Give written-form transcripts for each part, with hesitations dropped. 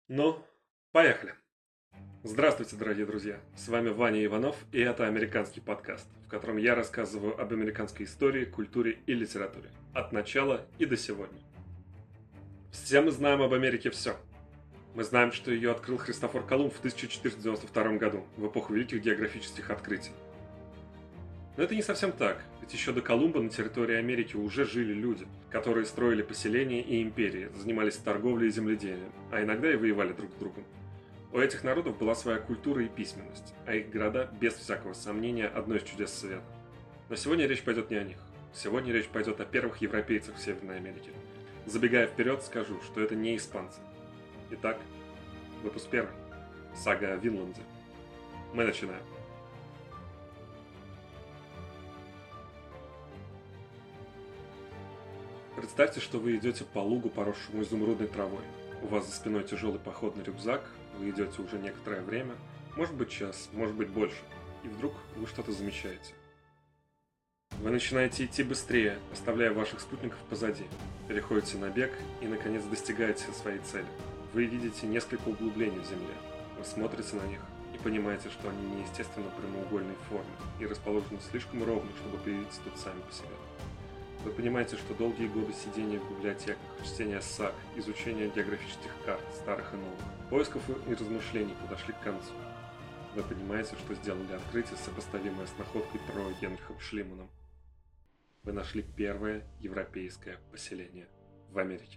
Ну, поехали. Здравствуйте, дорогие друзья. С вами Ваня Иванов, и это американский подкаст, в котором я рассказываю об американской истории, культуре и литературе. От начала и до сегодня. Все мы знаем об Америке все. Мы знаем, что ее открыл Христофор Колумб в 1492 году, в эпоху великих географических открытий. Но это не совсем так, ведь еще до Колумба на территории Америки уже жили люди, которые строили поселения и империи, занимались торговлей и земледелием, а иногда и воевали друг с другом. У этих народов была своя культура и письменность, а их города, без всякого сомнения, одно из чудес света. Но сегодня речь пойдет не о них. Сегодня речь пойдет о первых европейцах в Северной Америке. Забегая вперед, скажу, что это не испанцы. Итак, выпуск первый. Сага о Винланде. Мы начинаем. Представьте, что вы идете по лугу, поросшему изумрудной травой. У вас за спиной тяжелый походный рюкзак, вы идете уже некоторое время, может быть час, может быть больше, и вдруг вы что-то замечаете. Вы начинаете идти быстрее, оставляя ваших спутников позади. Переходите на бег и, наконец, достигаете своей цели. Вы видите несколько углублений в земле. Вы смотрите на них и понимаете, что они неестественно прямоугольной формы и расположены слишком ровно, чтобы появиться тут сами по себе. Вы понимаете, что долгие годы сидения в библиотеках, чтения саг, изучения географических карт, старых и новых, поисков и размышлений подошли к концу. Вы понимаете, что сделали открытие, сопоставимое с находкой Троя Генрихом Шлиманом. Вы нашли первое европейское поселение в Америке.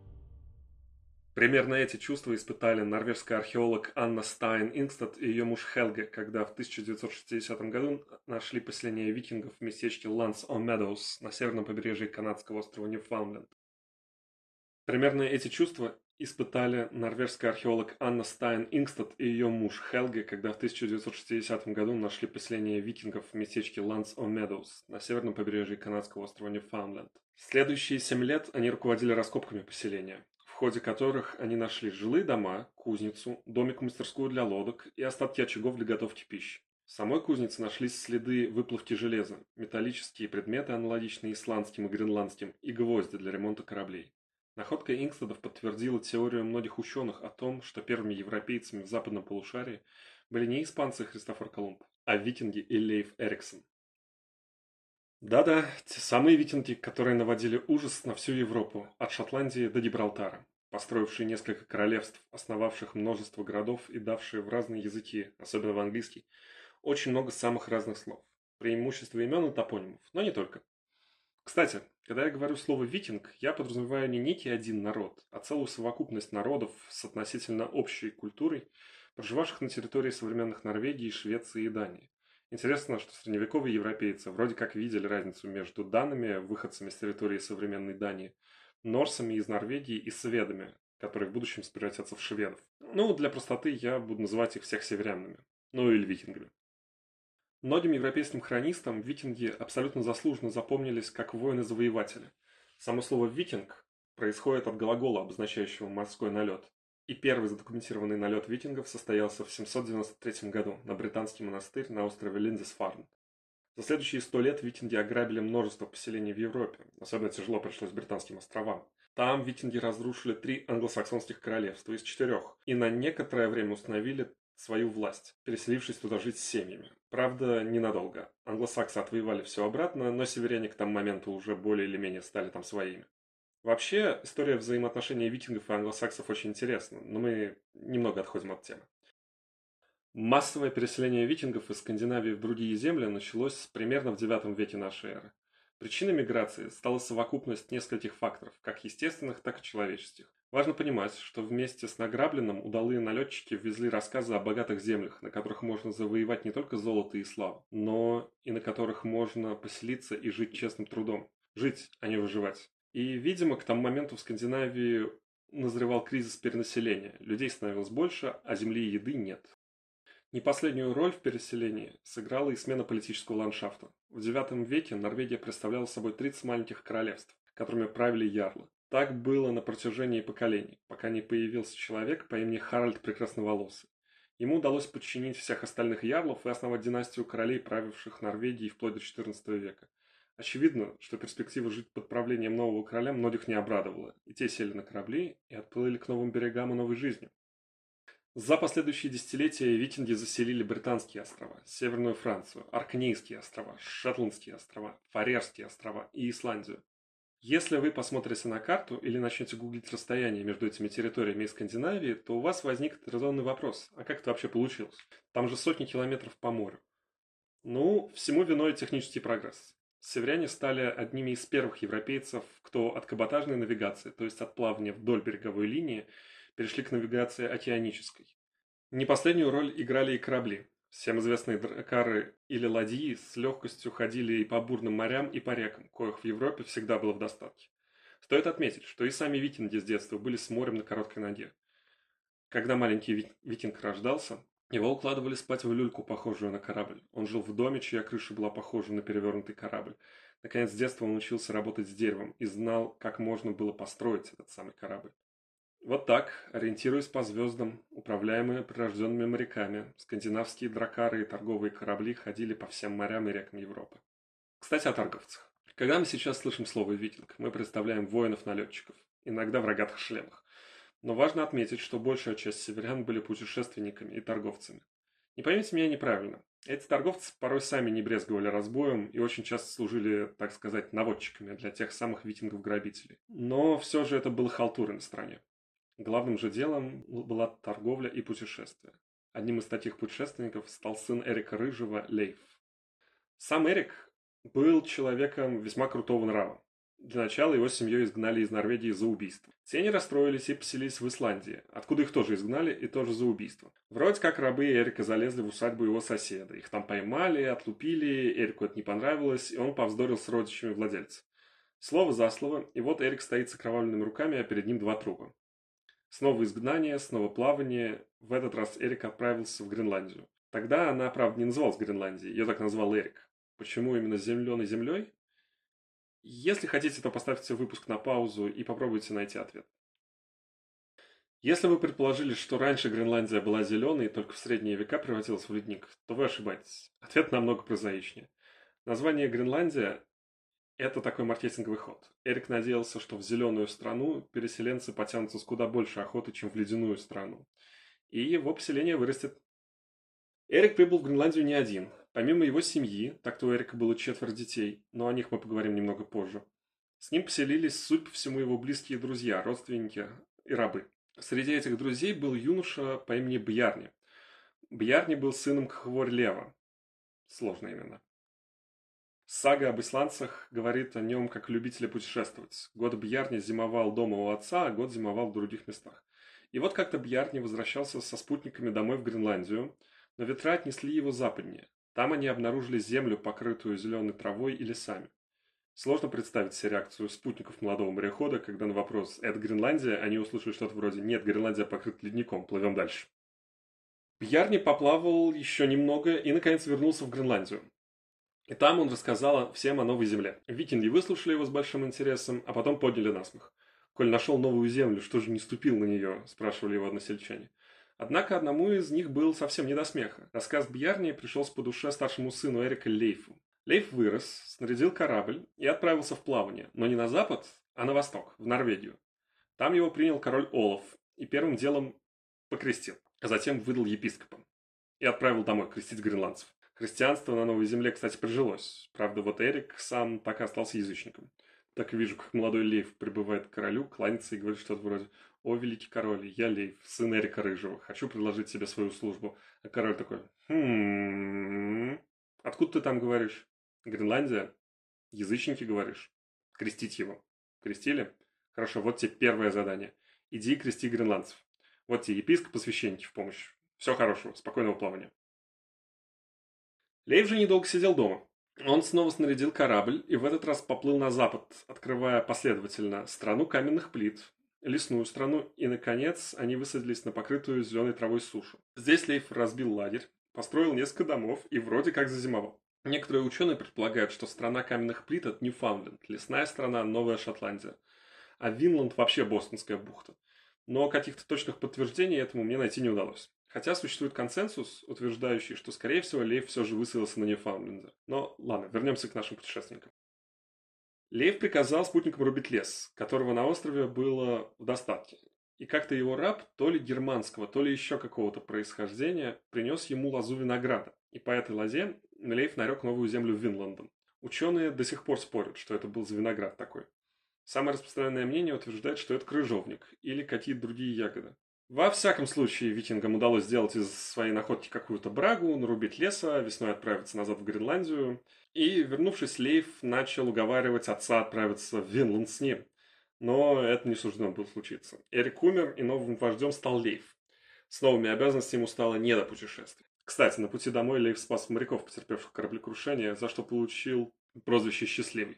Примерно эти чувства испытали норвежская археолог Анна Стайн Ингстад и ее муж Хелге, когда в 1960 году нашли поселение викингов в местечке Ланс-о-Медоуз на северном побережье канадского острова Ньюфаундленд. Примерно эти чувства испытали норвежский археолог Анна Стайн Ингстад и ее муж Хелге, когда в 1960 году нашли поселение викингов в местечке Ланс-о-Медоуз на северном побережье канадского острова Ньюфаундленд. Следующие 7 лет они руководили раскопками поселения, в ходе которых они нашли жилые дома, кузницу, домик-мастерскую для лодок и остатки очагов для готовки пищи. В самой кузнице нашлись следы выплавки железа, металлические предметы, аналогичные исландским и гренландским, и гвозди для ремонта кораблей. Находка Ингстедов подтвердила теорию многих ученых о том, что первыми европейцами в западном полушарии были не испанцы и Христофор Колумб, а викинги и Лейф Эриксон. Да-да, те самые викинги, которые наводили ужас на всю Европу, от Шотландии до Гибралтара, построившие несколько королевств, основавших множество городов и давшие в разные языки, особенно в английский, очень много самых разных слов. Преимущество имен и топонимов, но не только. Кстати, когда я говорю слово «викинг», я подразумеваю не некий один народ, а целую совокупность народов с относительно общей культурой, проживавших на территории современных Норвегии, Швеции и Дании. Интересно, что средневековые европейцы вроде как видели разницу между данными, выходцами с территории современной Дании, норсами из Норвегии и сведами, которые в будущем превратятся в шведов. Ну, для простоты я буду называть их всех северянами. Ну или викингами. Многим европейским хронистам викинги абсолютно заслуженно запомнились как воины-завоеватели. Само слово «викинг» происходит от глагола, обозначающего морской налет. И первый задокументированный налет викингов состоялся в 793 году на британский монастырь на острове Линдисфарн. За следующие 100 лет викинги ограбили множество поселений в Европе, особенно тяжело пришлось британским островам. Там викинги разрушили 3 англосаксонских королевства из 4 и на некоторое время установили свою власть, переселившись туда жить с семьями. Правда, ненадолго. Англосаксы отвоевали все обратно, но северяне к тому моменту уже более или менее стали там своими. Вообще, история взаимоотношений викингов и англосаксов очень интересна, но мы немного отходим от темы. Массовое переселение викингов из Скандинавии в другие земли началось примерно в IX веке нашей эры. Причиной миграции стала совокупность нескольких факторов, как естественных, так и человеческих. Важно понимать, что вместе с награбленным удалые налетчики ввезли рассказы о богатых землях, на которых можно завоевать не только золото и славу, но и на которых можно поселиться и жить честным трудом. Жить, а не выживать. И, видимо, к тому моменту в Скандинавии назревал кризис перенаселения. Людей становилось больше, а земли и еды нет. Не последнюю роль в переселении сыграла и смена политического ландшафта. В IX веке Норвегия представляла собой 30 маленьких королевств, которыми правили ярлы. Так было на протяжении поколений, пока не появился человек по имени Харальд Прекрасноволосый. Ему удалось подчинить всех остальных ярлов и основать династию королей, правивших Норвегией вплоть до XIV века. Очевидно, что перспектива жить под правлением нового короля многих не обрадовала, и те сели на корабли и отплыли к новым берегам и новой жизни. За последующие десятилетия викинги заселили Британские острова, Северную Францию, Оркнейские острова, Шетландские острова, Фарерские острова и Исландию. Если вы посмотрите на карту или начнете гуглить расстояние между этими территориями и Скандинавией, то у вас возникнет резонный вопрос, а как это вообще получилось? Там же сотни километров по морю. Ну, всему виной технический прогресс. Северяне стали одними из первых европейцев, кто от каботажной навигации, то есть от плавания вдоль береговой линии, перешли к навигации океанической. Не последнюю роль играли и корабли. Всем известные дракары или ладьи с легкостью ходили и по бурным морям, и по рекам, коих в Европе всегда было в достатке. Стоит отметить, что и сами викинги с детства были с морем на короткой ноге. Когда маленький викинг рождался, его укладывали спать в люльку, похожую на корабль. Он жил в доме, чья крыша была похожа на перевернутый корабль. Наконец, с детства он учился работать с деревом и знал, как можно было построить этот самый корабль. Вот так, ориентируясь по звездам, управляемые прирожденными моряками, скандинавские дракары и торговые корабли ходили по всем морям и рекам Европы. Кстати, о торговцах. Когда мы сейчас слышим слово «викинг», мы представляем воинов-налетчиков, иногда в рогатых шлемах. Но важно отметить, что большая часть северян были путешественниками и торговцами. Не поймите меня неправильно. Эти торговцы порой сами не брезговали разбоем и очень часто служили, так сказать, наводчиками для тех самых викингов-грабителей. Но все же это было халтурой на стороне. Главным же делом была торговля и путешествия. Одним из таких путешественников стал сын Эрика Рыжего Лейф. Сам Эрик был человеком весьма крутого нрава. Для начала его семью изгнали из Норвегии за убийство. Те не расстроились и поселились в Исландии, откуда их тоже изгнали и тоже за убийство. Вроде как рабы Эрика залезли в усадьбу его соседа. Их там поймали, отлупили, Эрику это не понравилось, и он повздорил с родичами владельца. Слово за слово, и вот Эрик стоит с окровавленными руками, а перед ним два трупа. Снова изгнание, снова плавание. В этот раз Эрик отправился в Гренландию. Тогда она, правда, не называлась Гренландией, ее так назвал Эрик. Почему именно с зеленой землей? Если хотите, то поставьте выпуск на паузу и попробуйте найти ответ. Если вы предположили, что раньше Гренландия была зеленой и только в средние века превратилась в ледник, то вы ошибаетесь. Ответ намного прозаичнее. Название Гренландия – это такой маркетинговый ход. Эрик надеялся, что в зеленую страну переселенцы потянутся с куда больше охоты, чем в ледяную страну. И его поселение вырастет. Эрик прибыл в Гренландию не один. Помимо его семьи, так-то у Эрика было 4 детей, но о них мы поговорим немного позже. С ним поселились, судя по всему, его близкие друзья, родственники и рабы. Среди этих друзей был юноша по имени Бьярни. Бьярни был сыном Хворлева. Сложное имя. Сага об исландцах говорит о нем как любителе путешествовать. Год Бьярни зимовал дома у отца, а год зимовал в других местах. И вот как-то Бьярни возвращался со спутниками домой в Гренландию, но ветра отнесли его западнее. Там они обнаружили землю, покрытую зеленой травой и лесами. Сложно представить себе реакцию спутников молодого морехода, когда на вопрос «Это Гренландия?» они услышали что-то вроде «Нет, Гренландия покрыта ледником, плывем дальше». Бьярни поплавал еще немного и, наконец, вернулся в Гренландию. И там он рассказал всем о новой земле. Викинги выслушали его с большим интересом, а потом подняли насмех. «Коль нашел новую землю, что же не ступил на нее?» – спрашивали его односельчане. Однако одному из них был совсем не до смеха. Рассказ Бьярни пришелся по душе старшему сыну Эрика Лейфу. Лейф вырос, снарядил корабль и отправился в плавание, но не на запад, а на восток, в Норвегию. Там его принял король Олаф и первым делом покрестил, а затем выдал епископом и отправил домой крестить гренландцев. Христианство на Новой Земле, кстати, прижилось. Правда, вот Эрик сам так и остался язычником. Так и вижу, как молодой Лейф прибывает к королю, кланяется и говорит что-то вроде «О, великий король, я Лейф, сын Эрика Рыжего, хочу предложить тебе свою службу». А король такой откуда ты там говоришь? Гренландия? Язычники, говоришь? Крестить его. Крестили? Хорошо, вот тебе первое задание. Иди крести гренландцев. Вот тебе епископ и священники в помощь. Всего хорошего, спокойного плавания. Лейф же недолго сидел дома. Он снова снарядил корабль и в этот раз поплыл на запад, открывая последовательно страну каменных плит, лесную страну и, наконец, они высадились на покрытую зеленой травой сушу. Здесь Лейф разбил лагерь, построил несколько домов и вроде как зазимовал. Некоторые ученые предполагают, что страна каменных плит – это Ньюфаундленд, лесная страна – Новая Шотландия, а Винланд вообще Бостонская бухта. Но каких-то точных подтверждений этому мне найти не удалось. Хотя существует консенсус, утверждающий, что, скорее всего, Лейф все же высадился на Ньюфаундленде. Но ладно, вернемся к нашим путешественникам. Лейф приказал спутникам рубить лес, которого на острове было в достатке. И как-то его раб, то ли германского, то ли еще какого-то происхождения, принес ему лозу винограда. И по этой лозе Лейф нарек новую землю Винландом. Ученые до сих пор спорят, что это был за виноград такой. Самое распространенное мнение утверждает, что это крыжовник или какие-то другие ягоды. Во всяком случае, викингам удалось сделать из своей находки какую-то брагу, нарубить леса, весной отправиться назад в Гренландию. И, вернувшись, Лейф начал уговаривать отца отправиться в Винланд с ним. Но это не суждено было случиться. Эрик умер, и новым вождем стал Лейф. С новыми обязанностями ему стало не до путешествий. Кстати, на пути домой Лейф спас моряков, потерпевших кораблекрушение, за что получил прозвище «Счастливый».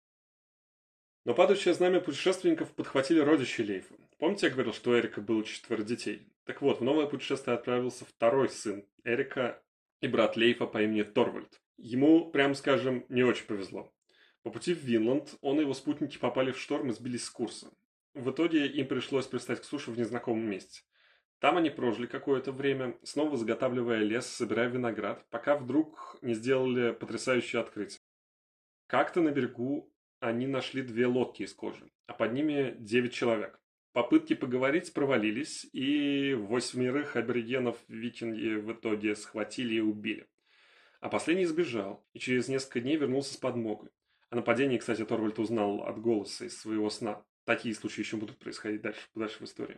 Но падающее знамя путешественников подхватили родичи Лейфа. Помните, я говорил, что у Эрика было 4 детей? Так вот, в новое путешествие отправился второй сын Эрика и брат Лейфа по имени Торвальд. Ему, прямо скажем, не очень повезло. По пути в Винланд он и его спутники попали в шторм и сбились с курса. В итоге им пришлось пристать к суше в незнакомом месте. Там они прожили какое-то время, снова заготавливая лес, собирая виноград, пока вдруг не сделали потрясающее открытие. Как-то на берегу они нашли 2 лодки из кожи, а под ними 9 человек. Попытки поговорить провалились, и 8 аборигенов викинги в итоге схватили и убили. А последний сбежал, и через несколько дней вернулся с подмогой. О нападении, кстати, Торвальд узнал от голоса из своего сна. Такие случаи еще будут происходить дальше в истории.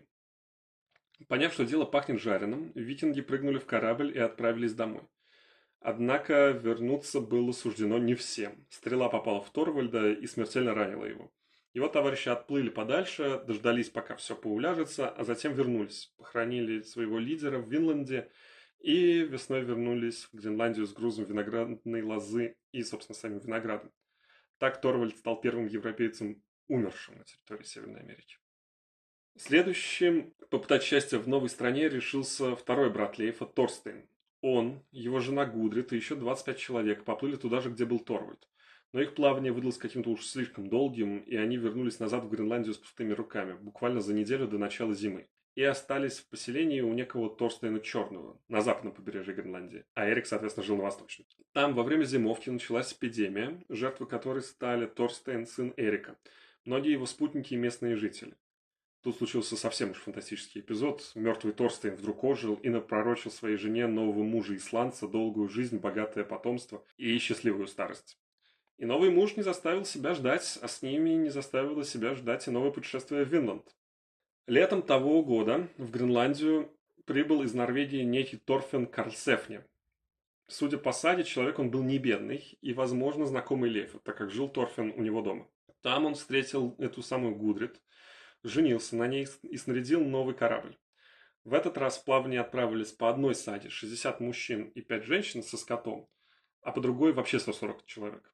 Поняв, что дело пахнет жареным, викинги прыгнули в корабль и отправились домой. Однако вернуться было суждено не всем. Стрела попала в Торвальда и смертельно ранила его. Его товарищи отплыли подальше, дождались, пока все поуляжется, а затем вернулись, похоронили своего лидера в Винланде и весной вернулись в Гренландию с грузом виноградной лозы и, собственно, самим виноградом. Так Торвальд стал первым европейцем, умершим на территории Северной Америки. Следующим попытать счастье в новой стране решился второй брат Лейфа, Торстейн. Он, его жена Гудрит и еще 25 человек поплыли туда же, где был Торвальд. Но их плавание выдалось каким-то уж слишком долгим, и они вернулись назад в Гренландию с пустыми руками, буквально за неделю до начала зимы. И остались в поселении у некого Торстейна Черного, на западном побережье Гренландии, а Эрик, соответственно, жил на восточном. Там во время зимовки началась эпидемия, жертвой которой стали Торстейн, сын Эрика, многие его спутники и местные жители. Тут случился совсем уж фантастический эпизод. Мертвый Торстейн вдруг ожил и напророчил своей жене нового мужа-исландца долгую жизнь, богатое потомство и счастливую старость. И новый муж не заставил себя ждать, а с ними не заставило себя ждать и новое путешествие в Винланд. Летом того года в Гренландию прибыл из Норвегии некий Торфин Карлсефне. Судя по саде, человек он был не бедный и, возможно, знакомый Лейфа, так как жил Торфин у него дома. Там он встретил эту самую Гудрит, женился на ней и снарядил новый корабль. В этот раз в плавание отправились по одной саде 60 мужчин и 5 женщин со скотом, а по другой вообще 140 человек.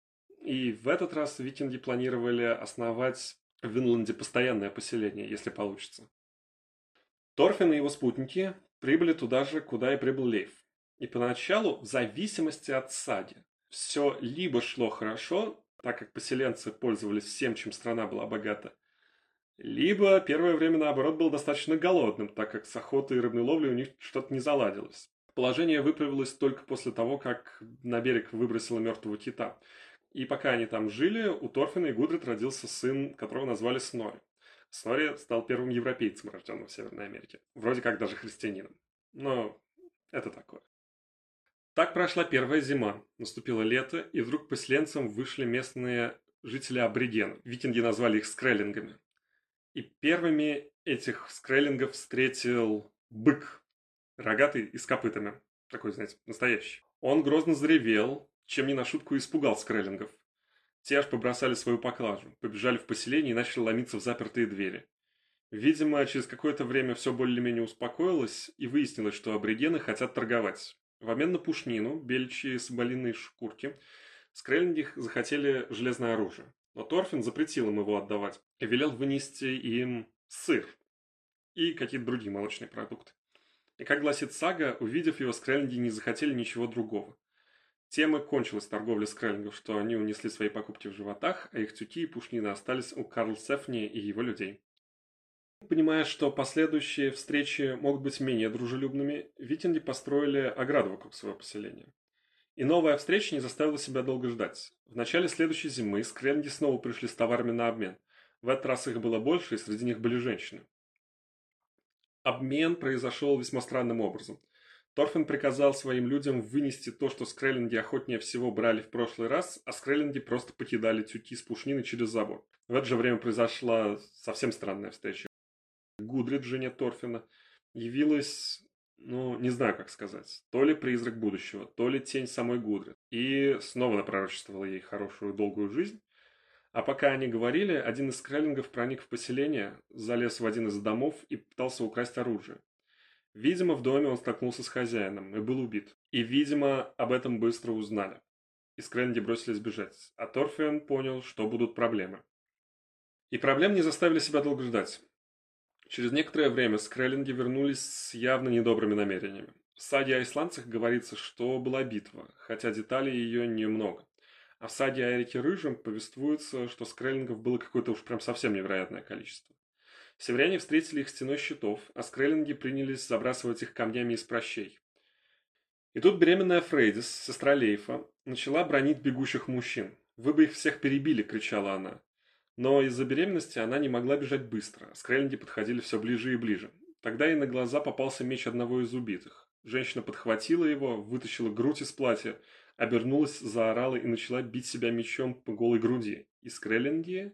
И в этот раз викинги планировали основать в Винланде постоянное поселение, если получится. Торфин и его спутники прибыли туда же, куда и прибыл Лейф. И поначалу, в зависимости от сади, все либо шло хорошо, так как поселенцы пользовались всем, чем страна была богата, либо первое время, наоборот, был достаточно голодным, так как с охотой и рыбной ловлей у них что-то не заладилось. Положение выправилось только после того, как на берег выбросило мертвого кита. И пока они там жили, у Торфина и Гудрит родился сын, которого назвали Снори. Снори стал первым европейцем, рожденным в Северной Америке. Вроде как даже христианином. Но это такое. Так прошла первая зима. Наступило лето, и вдруг поселенцам вышли местные жители-аборигены. Викинги назвали их скреллингами. И первыми этих скреллингов встретил бык, рогатый и с копытами. Такой, знаете, настоящий. Он грозно заревел, чем не на шутку испугал скреллингов. Те аж побросали свою поклажу, побежали в поселение и начали ломиться в запертые двери. Видимо, через какое-то время все более-менее успокоилось, и выяснилось, что аборигены хотят торговать. В обмен на пушнину, бельчи и соболиные шкурки, скреллинги захотели железное оружие. Но Торфин запретил им его отдавать и велел вынести им сыр и какие-то другие молочные продукты. И как гласит сага, увидев его, скреллинги не захотели ничего другого. Тем и кончилась торговля скреллингов, что они унесли свои покупки в животах, а их тюки и пушнины остались у Карлсефни и его людей. Понимая, что последующие встречи могут быть менее дружелюбными, викинги построили ограду вокруг своего поселения. И новая встреча не заставила себя долго ждать. В начале следующей зимы скреллинги снова пришли с товарами на обмен. В этот раз их было больше, и среди них были женщины. Обмен произошел весьма странным образом. Торфин приказал своим людям вынести то, что скреллинги охотнее всего брали в прошлый раз, а скреллинги просто покидали тюки с пушнины через забор. В это же время произошла совсем странная встреча. Гудрид, жене Торфина, явилась, не знаю, как сказать, то ли призрак будущего, то ли тень самой Гудрид. И снова напророчествовала ей хорошую долгую жизнь. А пока они говорили, один из скреллингов проник в поселение, залез в один из домов и пытался украсть оружие. Видимо, в доме он столкнулся с хозяином и был убит. И, видимо, об этом быстро узнали. И скреллинги бросились бежать. А Торфин понял, что будут проблемы. И проблемы не заставили себя долго ждать. Через некоторое время скреллинги вернулись с явно недобрыми намерениями. В саге о исландцах говорится, что была битва, хотя деталей ее немного. А в саге о Эрике Рыжем повествуется, что скреллингов было какое-то уж прям совсем невероятное количество. Северяне встретили их стеной щитов, а скреллинги принялись забрасывать их камнями из прощей. И тут беременная Фрейдис, сестра Лейфа, начала бранить бегущих мужчин. «Вы бы их всех перебили!» – кричала она. Но из-за беременности она не могла бежать быстро, а скреллинги подходили все ближе и ближе. Тогда ей на глаза попался меч одного из убитых. Женщина подхватила его, вытащила грудь из платья, обернулась, заорала и начала бить себя мечом по голой груди. И скреллинги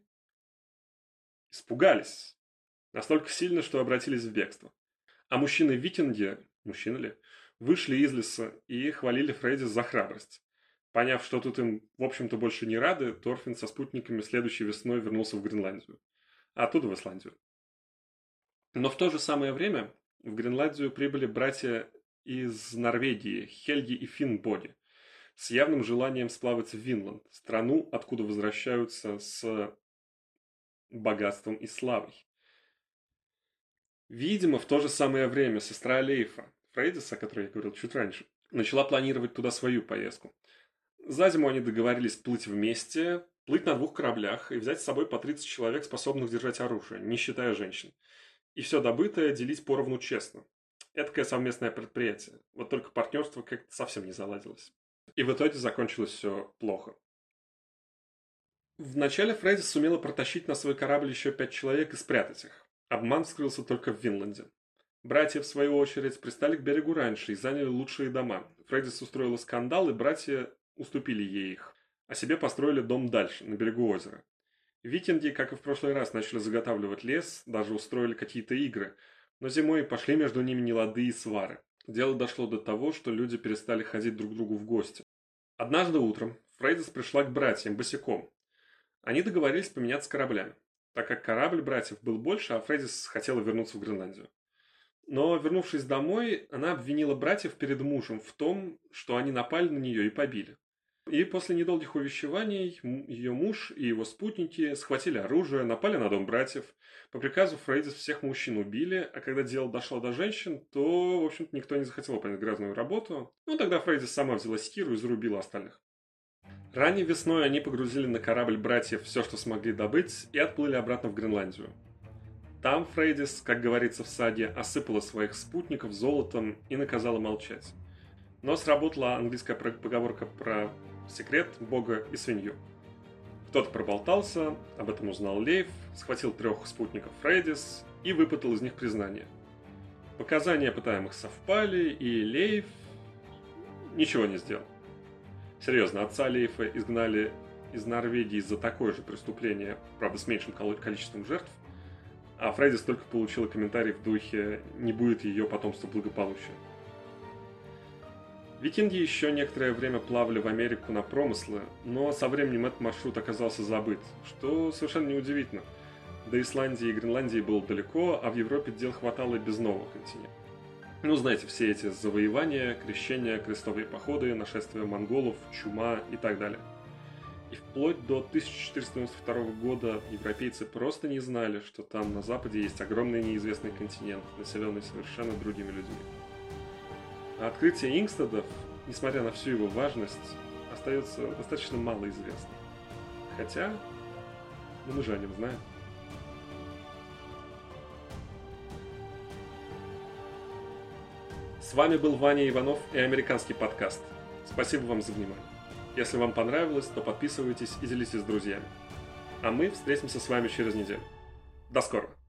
испугались. Настолько сильно, что обратились в бегство. А мужчины-викинги, мужчины ли, вышли из леса и хвалили Фрейдис за храбрость. Поняв, что тут им, в общем-то, больше не рады, Торфин со спутниками следующей весной вернулся в Гренландию, а оттуда в Исландию. Но в то же самое время в Гренландию прибыли братья из Норвегии, Хельги и Финнбоди, с явным желанием сплавать в Винланд, страну, откуда возвращаются с богатством и славой. Видимо, в то же самое время сестра Лейфа, Фрейдис, о которой я говорил чуть раньше, начала планировать туда свою поездку. За зиму они договорились плыть вместе, плыть на 2 кораблях и взять с собой по 30 человек, способных держать оружие, не считая женщин. И все добытое делить поровну честно. Эдакое совместное предприятие. Вот только партнерство как-то совсем не заладилось. И в итоге закончилось все плохо. Вначале Фрейдис сумела протащить на свой корабль еще 5 человек и спрятать их. Обман вскрылся только в Винланде. Братья, в свою очередь, пристали к берегу раньше и заняли лучшие дома. Фрейдис устроила скандал, и братья уступили ей их, а себе построили дом дальше, на берегу озера. Викинги, как и в прошлый раз, начали заготавливать лес, даже устроили какие-то игры, но зимой пошли между ними нелады и свары. Дело дошло до того, что люди перестали ходить друг к другу в гости. Однажды утром Фрейдис пришла к братьям босиком. Они договорились поменяться кораблями, так как корабль братьев был больше, а Фрейдис хотела вернуться в Гренландию. Но, вернувшись домой, она обвинила братьев перед мужем в том, что они напали на нее и побили. И после недолгих увещеваний ее муж и его спутники схватили оружие, напали на дом братьев. По приказу Фрейдис всех мужчин убили, а когда дело дошло до женщин, то, в общем-то, никто не захотел выполнять грязную работу. Тогда Фрейдис сама взяла секиру и зарубила остальных. Ранней весной они погрузили на корабль братьев все, что смогли добыть, и отплыли обратно в Гренландию. Там Фрейдис, как говорится в саге, осыпала своих спутников золотом и наказала молчать. Но сработала английская поговорка про секрет, бога и свинью. Кто-то проболтался, об этом узнал Лейф, схватил 3 спутников Фрейдис и выпытал из них признание. Показания пытаемых совпали, и Лейф ничего не сделал. Серьезно, отца Лейфа изгнали из Норвегии за такое же преступление, правда с меньшим количеством жертв, а Фрейдис только получила комментарий в духе «не будет ее потомства благополучия». Викинги еще некоторое время плавали в Америку на промыслы, но со временем этот маршрут оказался забыт, что совершенно неудивительно. До Исландии и Гренландии было далеко, а в Европе дел хватало и без нового континента. Знаете, все эти завоевания, крещения, крестовые походы, нашествия монголов, чума и так далее. И вплоть до 1492 года европейцы просто не знали, что там на западе есть огромный неизвестный континент, населенный совершенно другими людьми. А открытие Ингстедов, несмотря на всю его важность, остается достаточно мало известно. Хотя, мы же о нем знаем. С вами был Ваня Иванов и американский подкаст. Спасибо вам за внимание. Если вам понравилось, то подписывайтесь и делитесь с друзьями. А мы встретимся с вами через неделю. До скорого!